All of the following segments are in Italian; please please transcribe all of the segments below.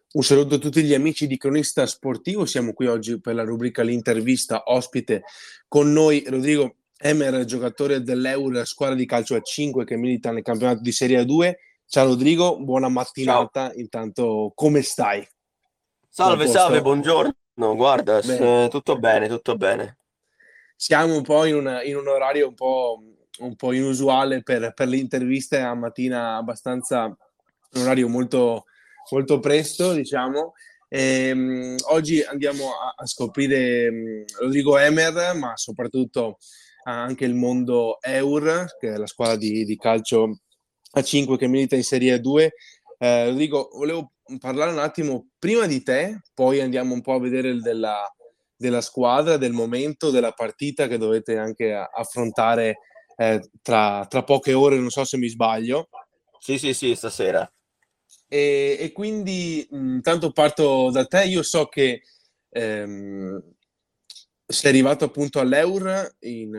Un saluto a tutti gli amici di Cronista Sportivo. Siamo qui oggi per la rubrica L'intervista. Ospite con noi Rodrigo Emer, giocatore dell'Eur, squadra di calcio a 5 che milita nel campionato di Serie A2. Ciao Rodrigo, buona Ciao. mattinata. Intanto, come stai? Tutto a Salve, salve, posto? buongiorno. Guarda, Bene. tutto bene, tutto bene. Siamo un po' in un orario un po' inusuale per le interviste a mattina abbastanza, un orario molto presto, diciamo. Oggi andiamo a scoprire Rodrigo Emer, ma soprattutto anche il mondo Eur, che è la squadra di calcio a 5 che milita in Serie 2. Rodrigo, volevo parlare un attimo prima di te, poi andiamo un po' a vedere della squadra, del momento, della partita che dovete anche affrontare tra poche ore, non so se mi sbaglio. Sì, sì, sì, stasera. E quindi intanto parto da te. Io so che ehm, sei arrivato appunto all'Eur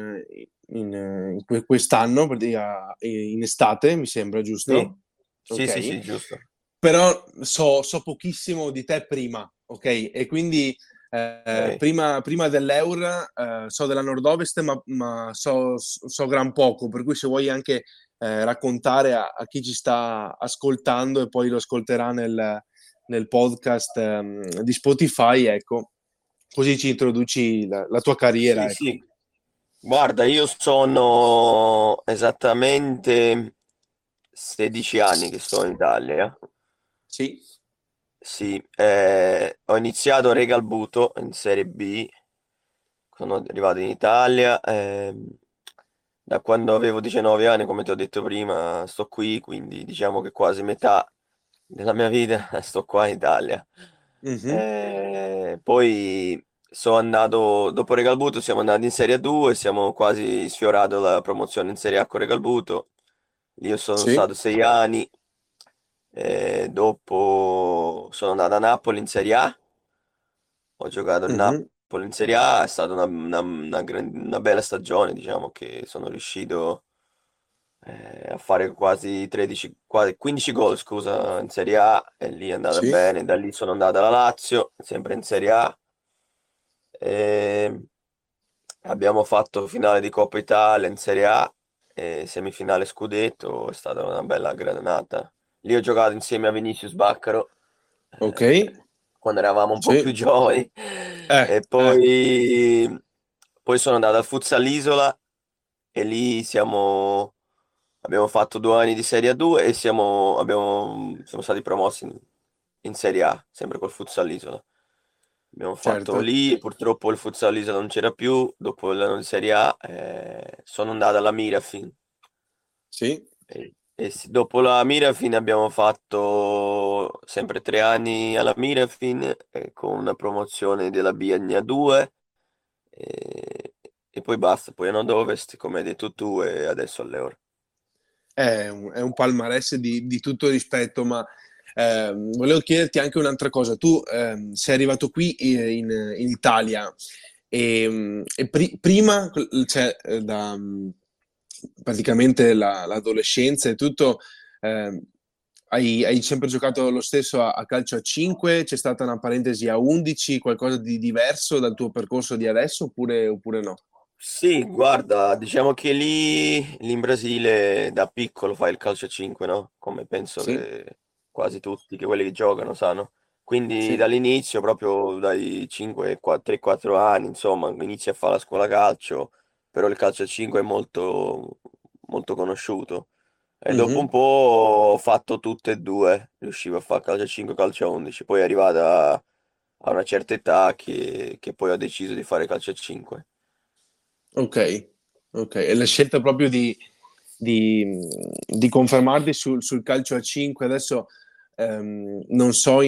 quest'anno, in estate, mi sembra, Sì, giusto? sì, sì, Ok. sì, giusto. Però so pochissimo di te prima, ok? E quindi Ok. prima dell'Eur so della Nord-Ovest, ma so gran poco, per cui se vuoi anche raccontare a chi ci sta ascoltando e poi lo ascolterà nel podcast di Spotify, ecco, così ci introduci la tua Sì, carriera, ecco. sì. Guarda, io sono esattamente 16 anni che sto in Italia. Sì. Sì, ho iniziato a Regalbuto in Serie B, sono arrivato in Italia, da quando avevo 19 anni, come ti ho detto prima, sto qui, quindi diciamo che quasi metà della mia vita sto qua in Italia. Mhm. Poi sono andato, dopo Regalbuto siamo andati in Serie A2, siamo quasi sfiorato la promozione in Serie A con Regalbuto. Io sono Sì. stato 6 anni, dopo sono andato a Napoli in Serie A, ho giocato il Mhm. Napoli in Serie A, è stata una bella stagione, diciamo che sono riuscito a fare quasi 13, quasi 15 gol, scusa, in Serie A, e lì è andata Sì. bene. Da lì sono andato alla Lazio, sempre in Serie A. E abbiamo fatto finale di Coppa Italia in Serie A e semifinale scudetto, è stata una bella granata. Lì ho giocato insieme a Vinicius Baccaro, Ok. quando eravamo un po' più Sì. giovani. E Eh. poi sono andato al Futsal Isola e lì abbiamo fatto 2 anni di Serie A2 e siamo stati promossi in Serie A, sempre col Futsal Isola. Abbiamo fatto Certo. lì, purtroppo il Futsal Isola non c'era più, dopo l'anno di Serie A sono andato alla Mirafin. Sì. E sì, dopo la Mirafin abbiamo fatto sempre 3 anni alla Mirafin con una promozione della BN2 e, e poi basta, poi a Nord-Ovest come hai detto tu e adesso all'Euro. È un palmarès di tutto rispetto, ma volevo chiederti anche un'altra cosa. Tu sei arrivato qui in Italia e prima, cioè, praticamente l'adolescenza e tutto, ehm, hai sempre giocato lo stesso a calcio a 5? C'è stata una parentesi a 11, qualcosa di diverso dal tuo percorso di adesso oppure no? Sì, guarda, diciamo che lì in Brasile da piccolo fai il calcio a 5, no? Come penso Sì, che quasi tutti, che quelli che giocano, sanno. Quindi sì. dall'inizio, proprio dai 5, 3-4 anni, insomma, inizi a fare la scuola calcio, però il calcio a 5 è molto, molto conosciuto. E dopo un Mhm. po' ho fatto tutte e due, riuscivo a fare calcio a 5 calcio a 11, poi è arrivata a una certa età che poi ho deciso di fare calcio a 5. Ok, ok. E la scelta proprio di confermarti sul calcio a 5, adesso non so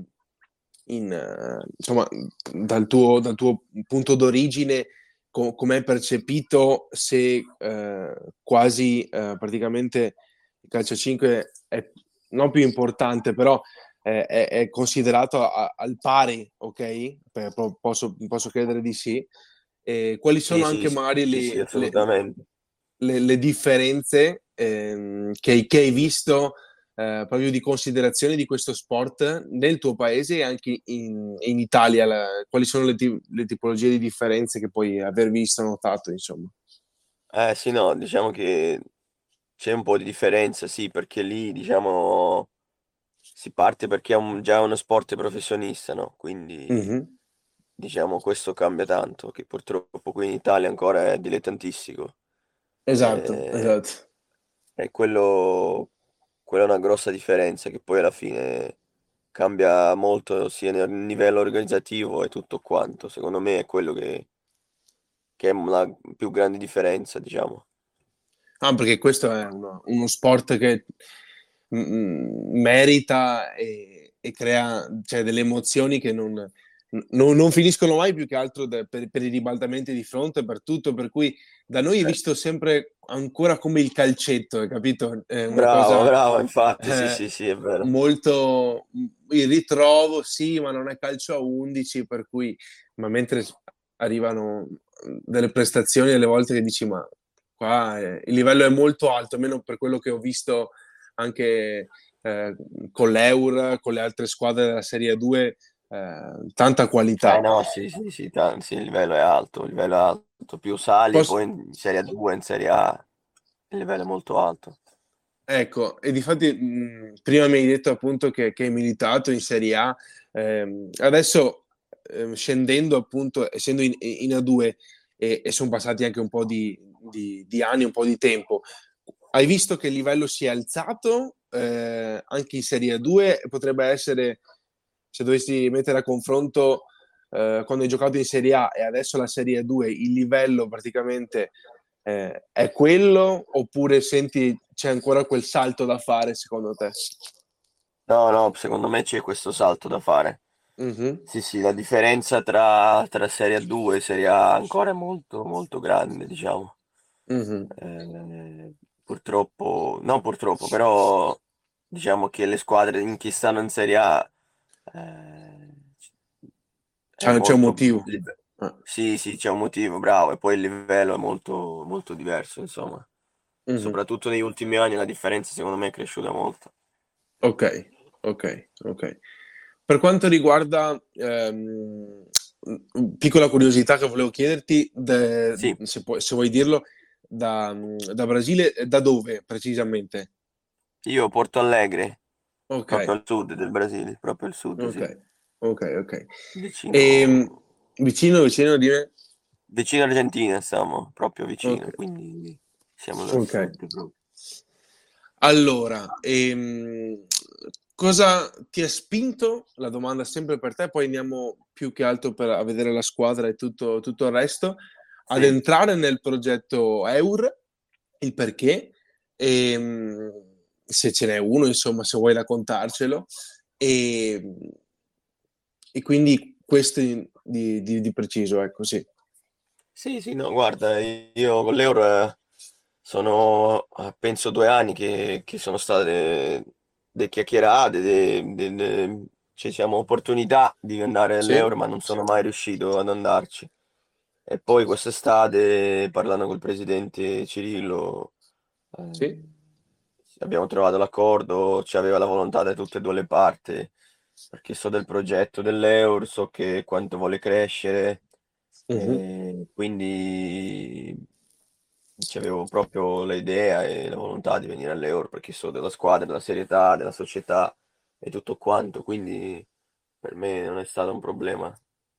insomma, dal tuo punto d'origine com'è percepito, se quasi praticamente il calcio a 5 è non più importante, però è considerato al pari, ok? Posso credere di sì. Quali Sì, sono sì, anche magari sì, sì, assolutamente. le differenze che hai visto proprio di considerazione di questo sport nel tuo paese e anche in Italia? Quali sono le tipologie di differenze che puoi aver visto, notato, insomma? Sì, no, diciamo che c'è un po' di differenza, sì, perché lì, diciamo, si parte perché è già uno sport professionista, no? Quindi, Mhm. diciamo, questo cambia tanto, che purtroppo qui in Italia ancora è dilettantistico. Esatto, Eh, esatto. E quella è una grossa differenza che poi alla fine cambia molto sia nel livello organizzativo e tutto quanto. Secondo me è quello che è la più grande differenza, diciamo. Ah, perché questo è uno sport che merita e crea, cioè, delle emozioni che non finiscono mai, più che altro per i ribaltamenti di fronte, per tutto, per cui da noi è Eh, visto sempre ancora come il calcetto, hai capito? È una Bravo, cosa bravo, infatti, sì, eh, sì, sì, è vero. molto... Il ritrovo, sì, ma non è calcio a 11, per cui... Ma mentre arrivano delle prestazioni alle volte che dici, ma qua il livello è molto alto, almeno per quello che ho visto anche con l'Eur, con le altre squadre della Serie 2, tanta qualità. No, sì, sì, sì, sì, il livello è alto, il livello è alto. Più sali, Pos- poi in Serie 2, in Serie A, il livello è molto alto. ecco, e difatti prima mi hai detto appunto che hai militato in Serie A, adesso scendendo appunto, essendo in A2 e sono passati anche un po' di anni, un po' di tempo, hai visto che il livello si è alzato anche in Serie A2 e potrebbe essere, se dovessi mettere a confronto quando hai giocato in Serie A e adesso la Serie A2, il livello praticamente è quello oppure senti c'è ancora quel salto da fare secondo te? No, no, secondo me c'è questo salto da fare. Mhm, Sì, sì, la differenza tra Serie A2 e Serie A ancora è molto, molto grande, diciamo. mhm. Purtroppo, no purtroppo, però diciamo che le squadre che stanno in Serie A eh, è C'è un molto... motivo. Ah, Sì, sì, c'è un motivo, bravo, e poi il livello è molto, molto diverso, insomma. mhm. Soprattutto negli ultimi anni la differenza secondo me è cresciuta molto. Ok, ok, ok. Per quanto riguarda, piccola curiosità che volevo chiederti, Sì, se vuoi dirlo, da Brasile, da dove precisamente? io Porto Alegre, Ok, proprio al sud del Brasile, proprio al sud, ok, sì. ok, ok. E, Vicino, vicino di me? vicino Argentina, stiamo proprio Ok, vicino, quindi siamo al ok. sud proprio. Allora, cosa ti ha spinto? La domanda sempre per te, poi andiamo più che altro a vedere la squadra e tutto il resto, ad Sì. entrare nel progetto EUR, il perché, e, se ce n'è uno, insomma, se vuoi raccontarcelo, e, e quindi questo di preciso, ecco, sì. Sì, sì, no, guarda, io con l'Euro sono, penso 2 anni che sono state delle chiacchierate, ci siamo opportunità di andare Sì? all'Euro, ma non sono mai riuscito ad andarci. E poi quest'estate, parlando col presidente Cirillo, Sì? abbiamo trovato l'accordo, ci aveva la volontà da tutte e due le parti, perché so del progetto dell'Euro, so che quanto vuole crescere, Mhm. e quindi avevo proprio l'idea e la volontà di venire all'Euro, perché so della squadra, della serietà, della società e tutto quanto, quindi per me non è stato un problema.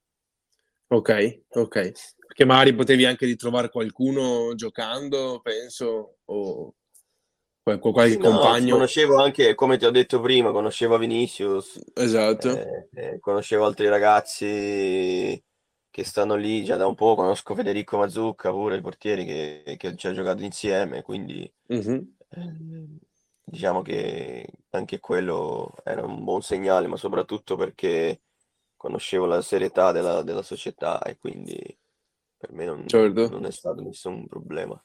Ok, ok. Perché magari potevi anche ritrovare qualcuno giocando, penso, o qualche Sì, no, compagno. conoscevo anche, come ti ho detto prima, conoscevo Vinicius, Esatto. conoscevo altri ragazzi che stanno lì già da un po', conosco Federico Mazzucca pure, il portiere che ci ha giocato insieme, quindi Mhm. eh, diciamo che anche quello era un buon segnale, ma soprattutto perché conoscevo la serietà della società e quindi per me Certo. non è stato nessun problema.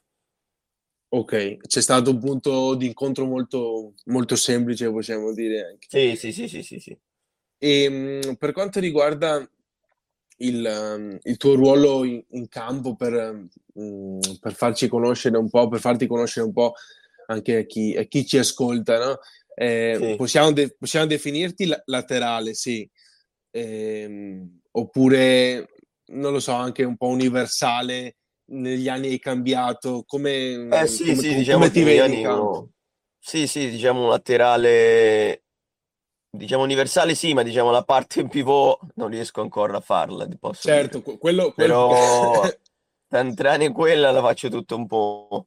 Ok, c'è stato un punto di incontro molto, molto semplice, possiamo dire anche. Sì, sì, sì, sì, sì, sì. E per quanto riguarda il tuo ruolo in campo per farci conoscere un po', per farti conoscere un po' anche a chi ci ascolta, no? Sì. Possiamo definirti laterale, sì. Oppure, non lo so, anche un po' universale, negli anni hai cambiato, Sì, sì, diciamo come che ti negli vedi in anni campo? sì, sì, diciamo un laterale, diciamo universale sì, ma diciamo la parte in pivot non riesco ancora a farla, ti posso dire. Certo, quello... Però tranne quella la faccio tutto un po'.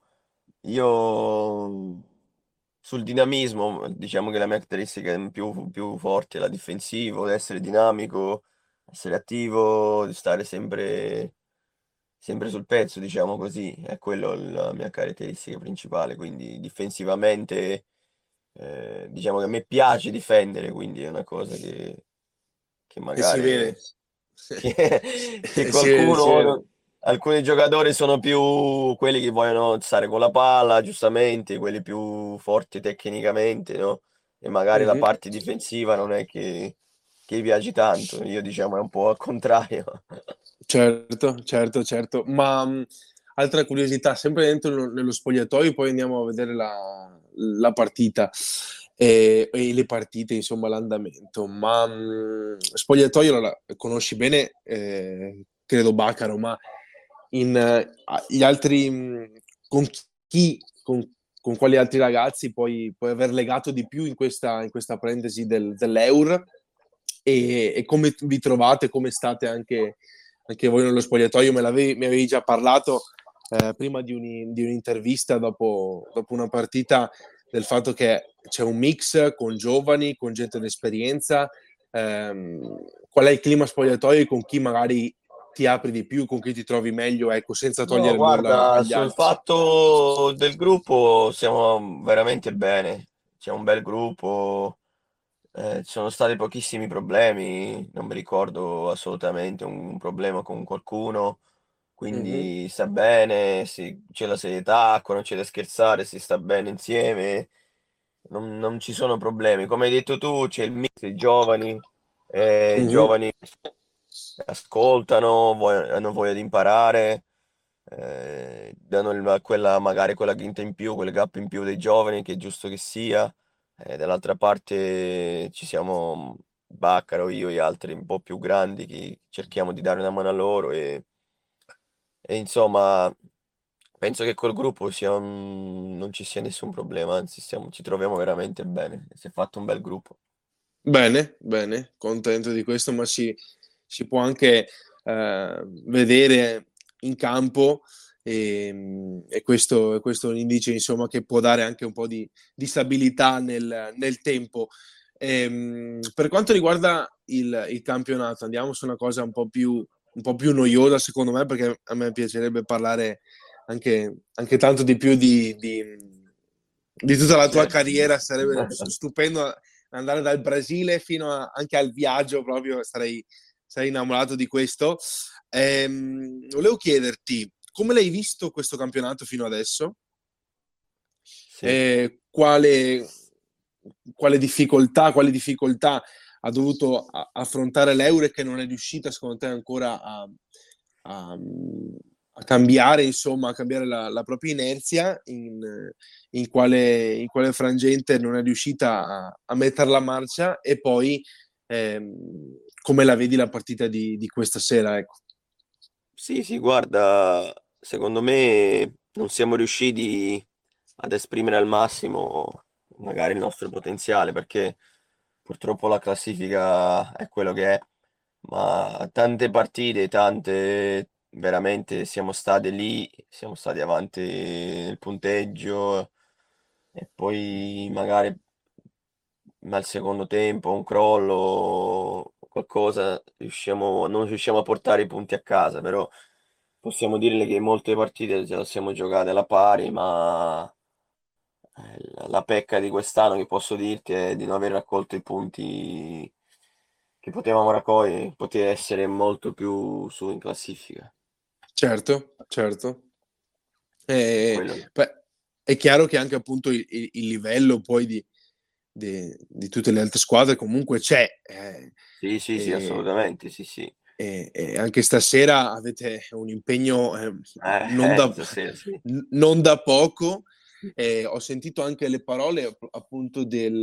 Io sul dinamismo, diciamo che la mia caratteristica è più forte, la difensivo, essere dinamico, essere attivo, stare sempre sul pezzo, diciamo così, è quello la mia caratteristica principale, quindi difensivamente diciamo che a me piace difendere, quindi è una cosa che E si magari vede. che Si vede, si qualcuno, vede. alcuni giocatori sono più quelli che vogliono stare con la palla, giustamente, quelli più forti tecnicamente, no? E magari la Mhm. parte difensiva non è che gli piace tanto, io diciamo è un po' al contrario. Certo, certo, certo. Ma altra curiosità, sempre dentro nello spogliatoio, poi andiamo a vedere la partita e le partite, insomma, l'andamento. Ma spogliatoio, allora, conosci bene, credo Bacaro, ma gli altri, chi, con quali altri ragazzi puoi aver legato di più in questa parentesi dell'Eur e come vi trovate, come state anche voi nello spogliatoio? Mi avevi già parlato prima di un'intervista dopo una partita del fatto che c'è un mix con giovani, con gente d'esperienza. Qual è il clima spogliatoio e con chi magari ti apri di più, con chi ti trovi meglio, ecco, senza No, togliere nulla guarda, agli sul altri. fatto del gruppo siamo veramente bene, c'è un bel gruppo, ci sono stati pochissimi problemi, non mi ricordo assolutamente un problema con qualcuno, Mhm, quindi sta bene, c'è la serietà, quando c'è da scherzare si sta bene insieme, non ci sono problemi. Come hai detto tu, c'è il mix dei giovani, i mhm. giovani ascoltano, hanno voglia di imparare, danno magari quella grinta in più, quel gap in più dei giovani, che è giusto che sia. Dall'altra parte ci siamo Baccaro, io e altri un po' più grandi che cerchiamo di dare una mano a loro e insomma penso che col gruppo non ci sia nessun problema, anzi ci troviamo veramente bene. Si è fatto un bel gruppo. Bene, bene, contento di questo, ma si può anche vedere in campo e questo è un indice insomma, che può dare anche un po' di stabilità nel tempo. Per quanto riguarda il campionato, andiamo su una cosa un po' più noiosa secondo me, perché a me piacerebbe parlare anche tanto di più di tutta la tua Certo. carriera, sarebbe stupendo andare dal Brasile fino anche al viaggio, proprio sarei innamorato di questo. Volevo chiederti come l'hai visto questo campionato fino adesso? Sì. Quale, quale difficoltà ha dovuto affrontare l'Euro e che non è riuscita, secondo te, ancora a- a cambiare, insomma, a cambiare la propria inerzia, in quale frangente non è riuscita a mettere la marcia e poi come la vedi la partita di questa sera, ecco. Sì, sì, guarda, secondo me non siamo riusciti ad esprimere al massimo magari il nostro potenziale perché purtroppo la classifica è quello che è, ma tante partite, tante veramente siamo stati lì, siamo stati avanti nel punteggio e poi magari al secondo tempo un crollo, qualcosa, non riusciamo a portare i punti a casa, però possiamo dirle che molte partite ce le siamo giocate alla pari, ma la pecca di quest'anno che posso dirti è di non aver raccolto i punti che potevamo raccogliere, poteva essere molto più su in classifica. Certo, certo. È Eh, quello. beh, è chiaro che anche appunto il livello poi di tutte le altre squadre comunque c'è. Sì, sì, sì, E, assolutamente, sì, sì. e anche stasera avete un impegno non da, Stasera sì. non da poco. Ho sentito anche le parole appunto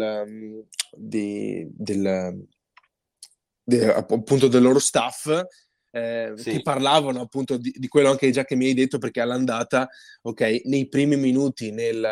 appunto del loro staff, che Sì. parlavano appunto di quello anche già che mi hai detto, perché all'andata, ok, nei primi minuti,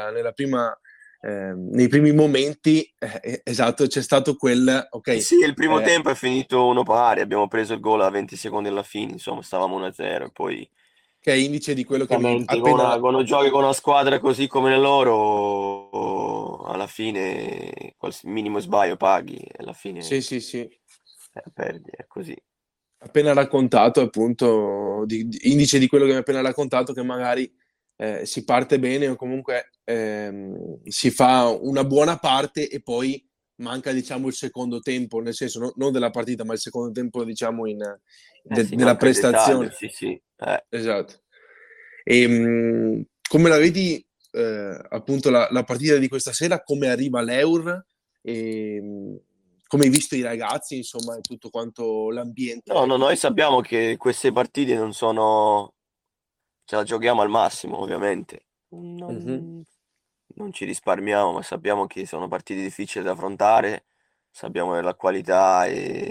nei primi momenti, esatto, c'è stato quel, Sì, ok, sì, il primo tempo è finito 1 pari, abbiamo preso il gol a 20 secondi alla fine, insomma, stavamo 1-0 e poi che è indice di quello che mi ovviamente appena... quando giochi con una squadra così come le loro, alla fine minimo sbaglio paghi, e alla Sì, fine sì, sì. perdi, è così. Appena raccontato, appunto, indice di quello che mi hai appena raccontato, che magari si parte bene o comunque si fa una buona parte e poi manca, diciamo, il secondo tempo, nel senso non della partita, ma il secondo tempo, diciamo, Eh sì, della manca il dettaglio, prestazione. sì, sì. Esatto. E, come la vedi, appunto, la partita di questa sera, come arriva l'Eur? E, come hai visto i ragazzi, insomma, e tutto quanto l'ambiente, No, no, ecco. noi sappiamo che queste partite non sono. Ce la giochiamo al massimo, ovviamente. Mhm. Non ci risparmiamo, ma sappiamo che sono partite difficili da affrontare, sappiamo della qualità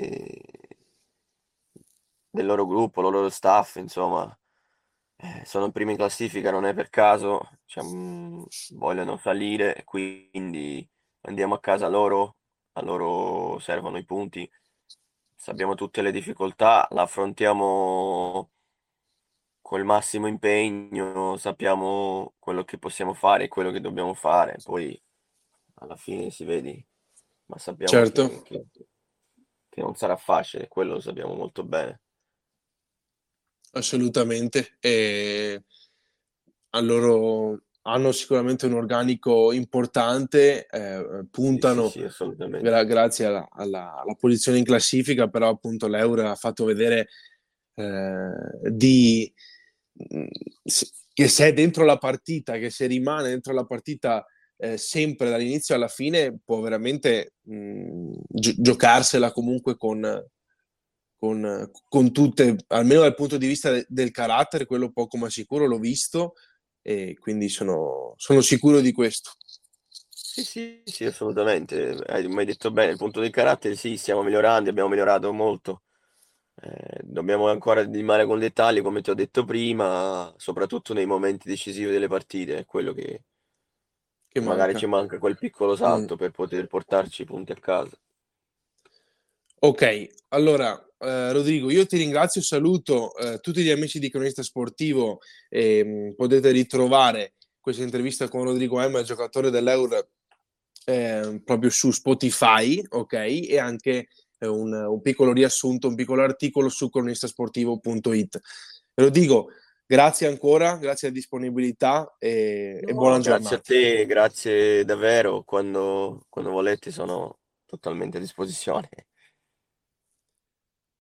del loro gruppo, del loro staff, insomma, sono primi in classifica, non è per caso, cioè, vogliono salire, quindi andiamo a loro servono i punti, sappiamo tutte le difficoltà, la affrontiamo col massimo impegno, sappiamo quello che possiamo fare e quello che dobbiamo fare, poi alla fine si vede, ma sappiamo Certo, che non sarà facile, quello lo sappiamo molto bene. assolutamente. E loro hanno sicuramente un organico importante, Sì, sì, puntano sì, assolutamente. grazie alla posizione in classifica, però appunto l'Euro ha fatto vedere di, mh, che se è dentro la partita, che se rimane dentro la partita sempre dall'inizio alla fine, può veramente giocarsela comunque con tutte, almeno dal punto di vista del carattere, quello poco ma sicuro l'ho visto e quindi sono sicuro di questo. Sì, sì, sì, assolutamente. Mi hai detto bene, il punto del carattere, sì, stiamo migliorando, abbiamo migliorato molto. Dobbiamo ancora limare con dettagli, come ti ho detto prima, soprattutto nei momenti decisivi delle partite, è quello Che che magari ci manca. manca quel piccolo Mm. salto per poter portarci i punti a casa. Ok, allora Rodrigo, io ti ringrazio, saluto tutti gli amici di Cronista Sportivo e potete ritrovare questa intervista con Rodrigo M, giocatore dell'Euro, proprio su Spotify, ok? E anche un piccolo riassunto, un piccolo articolo su cronistasportivo.it. Rodrigo, grazie ancora, grazie alla disponibilità e buona No, grazie a giornata. te, grazie davvero. Quando volete sono totalmente a disposizione.